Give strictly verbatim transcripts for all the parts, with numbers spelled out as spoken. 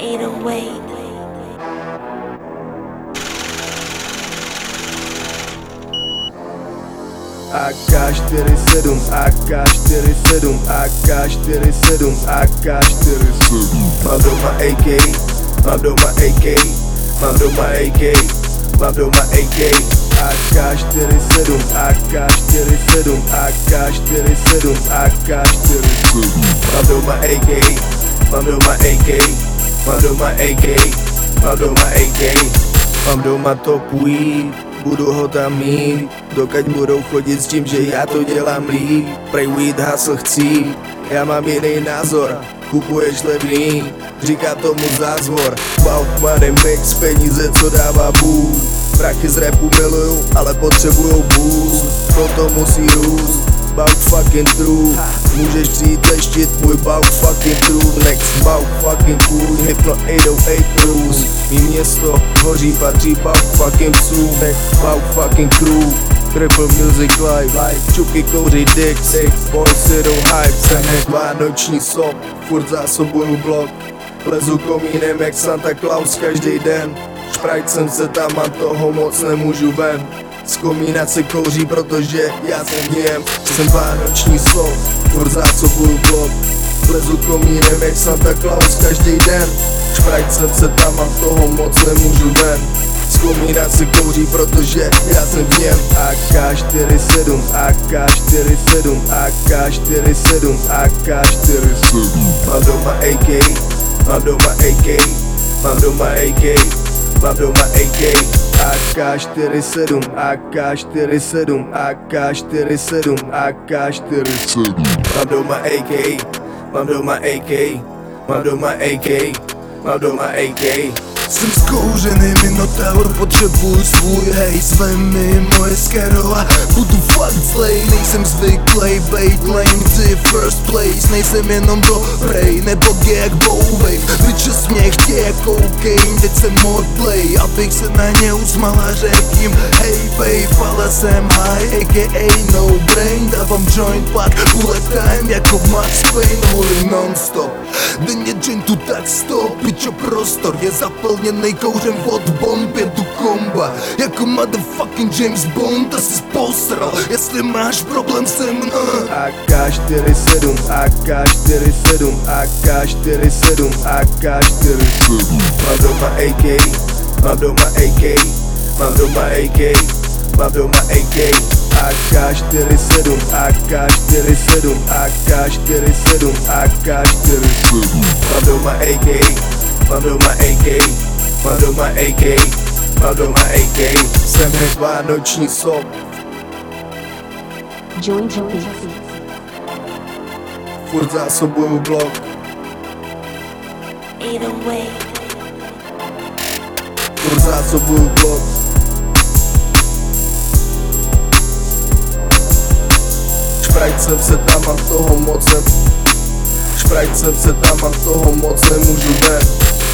eight oh eight. A K čtyřicet sedm, A K čtyřicet sedm, A K čtyřicet sedm, A K čtyřicet sedm. Mám doma A K, mám doma A K, mám doma A K, mám doma A K. A K čtyřicet sedm, A K čtyřicet sedm, A K čtyřicet sedm, A K čtyřicet sedm. Mám doma A K, mám doma A K, mám doma A K, mám doma A K. Mám doma top weed, budu ho tam mít, dokud budou chodit s tím, že já to dělám líp. Prej weed hustle chci, já mám jiný názor, kupuješ levný, říká tomu zázvor. Bulk money mix, peníze co dává Bůh. Prachy z rapu miluju, ale potřebujou boost, proto musí růst. Bulk fucking true, můžeš přijít leštit můj bulk fucking true. Next bulk fucking cool, Hypno osm set osm Cruise. Mý město hoří, patří bulk fucking psů. Next bulk fucking crew, Triple Music Live, čuky kouří dick, boys jedou hype. Jsem jak vánoční sop, furt zásobuju blok, lezu komínem jak Santa Claus každý den. Šprajt jsem se tam a toho moc nemůžu ven. Z komína se kouří, protože já jsem v něm. Jsem vánoční sop, furt zásobuju blok, lezu komínem jak Santa Claus každý den. Šprajt jsem se tam a toho moc nemůžu ven. Z komína se kouří, protože já jsem v něm. A K čtyřicet sedm, A K čtyřicet sedm, A K čtyřicet sedm, A K čtyřicet sedm. Mám doma A K, mám doma A K, mám doma A K, mám doma A K. A K čtyřicet sedm, A K čtyřicet sedm, A K čtyřicet sedm, A K čtyřicet sedm. Mám doma A K, mám doma A K, mám doma A K, mám doma A K. Jsem zkouřený minotaur, potřebuji svůj hejs. Vem mi moje skero a budu fakt zlej. Nejsem zvyklej bejt lame, ty first place. Nejsem jenom dobrej, nebo jak bouvej. Bitches mě chtějí kokain, teď jsem modlej, abych se na ně usmal a řek jim hej babe, ale jsem high, a k a no brain. Dávám joint, pak bullet time jako Max Payne. Holím non-stop, denně jointu tak stop. Pičo prostor je zaplněnej kouřem od bomb, je tu komba jako motherfucking James Bond. A jsi posral, jestli máš problém se mnou. A K čtyřicet sedm, A K čtyřicet sedm, A K čtyřicet sedm, A K čtyřicet sedm. Mám doma A K, mám doma A K, mám doma A K, mám doma A K. A K čtyřicet sedm, A K čtyřicet sedm, A K čtyřicet sedm, A K čtyřicet sedm. Mám doma A K, mám doma A K, mám doma A K, mám doma A K. Jsem jak vánoční sop, Join the beat. furt zásobuju blok, eight oh eight. furt zásobuju blok. Šprajt jsem se tam a toho moc nem... Šprajt jsem se tam a toho moc nemůžu ven.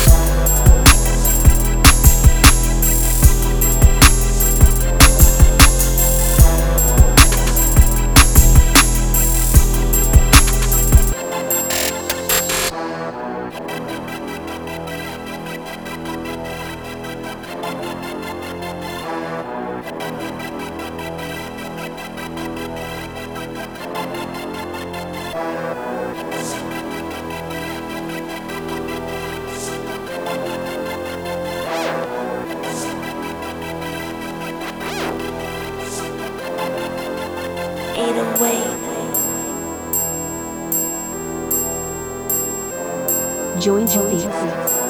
eight oh eight. Join the beat.